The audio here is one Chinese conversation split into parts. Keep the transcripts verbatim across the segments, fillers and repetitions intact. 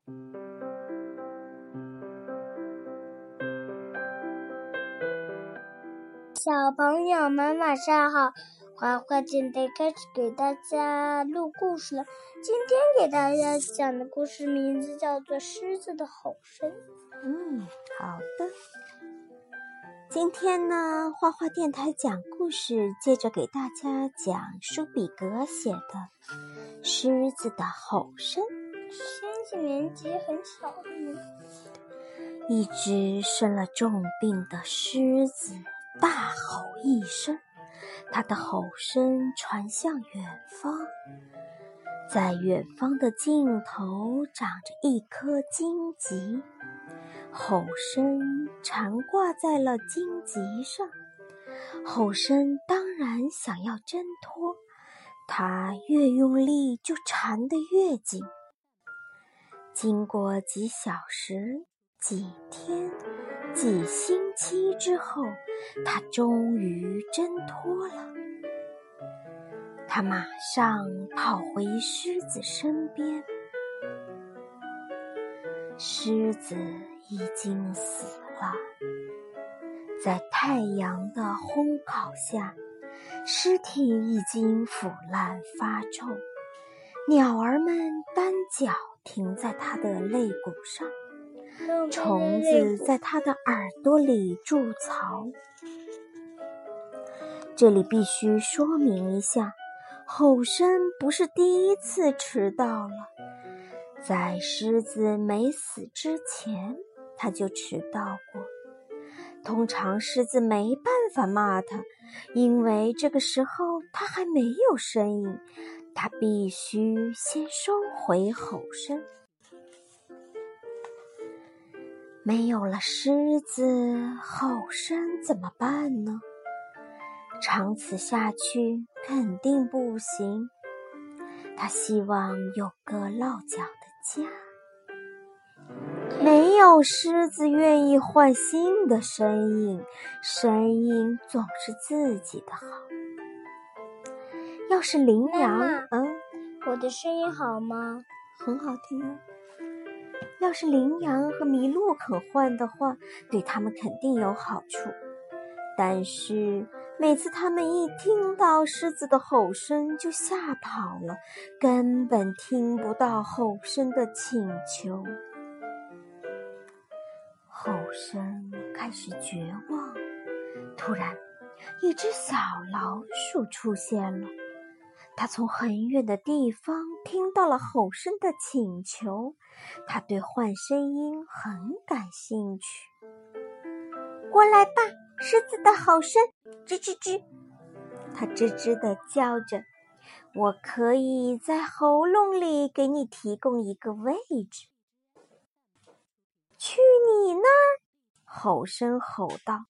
小朋友们晚上好，花花今天开始给大家录故事了。今天给大家讲的故事名字叫做《狮子的吼声》。 嗯，好的。今天呢，花花电台讲故事，接着给大家讲舒比格写的《狮子的吼声》。 星星年纪很小的一只生了重病的狮子大吼一声，它的吼声传向远方。在远方的尽头长着一颗荆棘，吼声缠挂在了荆棘上。吼声当然想要挣脱，它越用力就缠得越紧。经过几小时、几天、几星期之后，它终于挣脱了。它马上跑回狮子身边。狮子已经死了，在太阳的烘烤下，尸体已经腐烂发臭。鸟儿们单脚停在它的肋骨上，虫子在它的耳朵里筑巢。这里必须说明一下，吼声不是第一次迟到了。在狮子没死之前，它就迟到过。通常狮子没办法骂它，因为这个时候它还没有声音，它必须先收回吼声。没有了狮子，吼声怎么办呢？长此下去肯定不行。他希望有个落脚的家。没有狮子愿意换新的声音，声音总是自己的好。要是羚羊，嗯， 我的声音好吗？ 很好听啊。要是羚羊和麋鹿肯换的话，对他们肯定有好处。但是每次他们一听到狮子的吼声就吓跑了，根本听不到吼声的请求。吼声开始绝望，突然一只小老鼠出现了。它从很远的地方听到了吼声的请求，它对换声音很感兴趣。过来吧，狮子的吼声，吱吱吱。它吱吱地叫着，我可以在喉咙里给你提供一个位置。去你那儿！吼声吼道。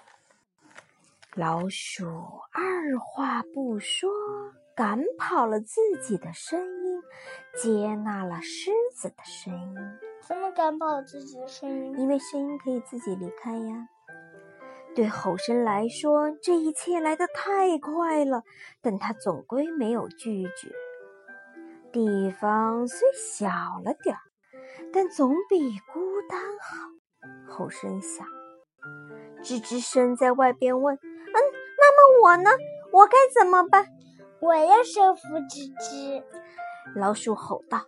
老鼠二话不说，赶跑了自己的声音，接纳了狮子的声音。 怎么赶跑自己的声音？ 因为声音可以自己离开呀。对吼声来说，这一切来得太快了，但它总归没有拒绝。地方虽小了点儿，但总比孤单好。吼声想。吱吱声在外边问，嗯，那么我呢？我该怎么办？ 我要收服吱吱。 老鼠吼道，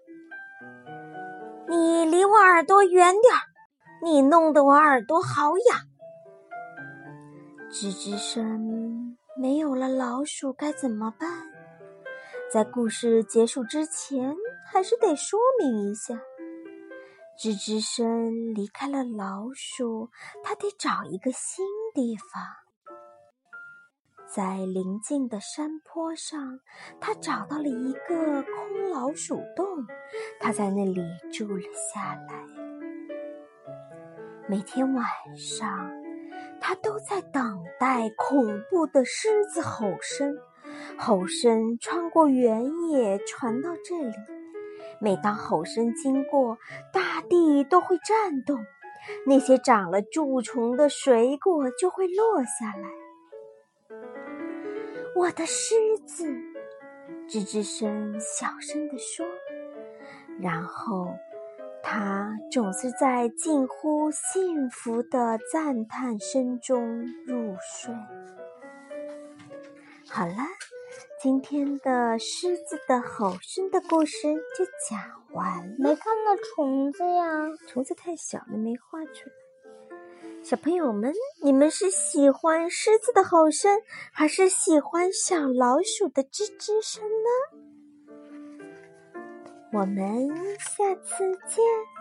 你离我耳朵远点儿，你弄得我耳朵好痒。吱吱声没有了老鼠该怎么办？在故事结束之前，还是得说明一下。吱吱声离开了老鼠，它得找一个新地方。在邻近的山坡上，它找到了一个空老鼠洞，它在那里住了下来。每天晚上，它都在等待恐怖的狮子吼声，吼声穿过原野传到这里。每当吼声经过，大地都会颤动，那些长了蛀虫的水果就会落下来。我的狮子，吱吱声小声地说，然后它总是在近乎幸福的赞叹声中入睡。好了，今天的狮子的吼声的故事就讲完了。 没看到虫子呀， 虫子太小了，没画出来。小朋友们，你们是喜欢狮子的吼声，还是喜欢小老鼠的吱吱声呢？我们下次见。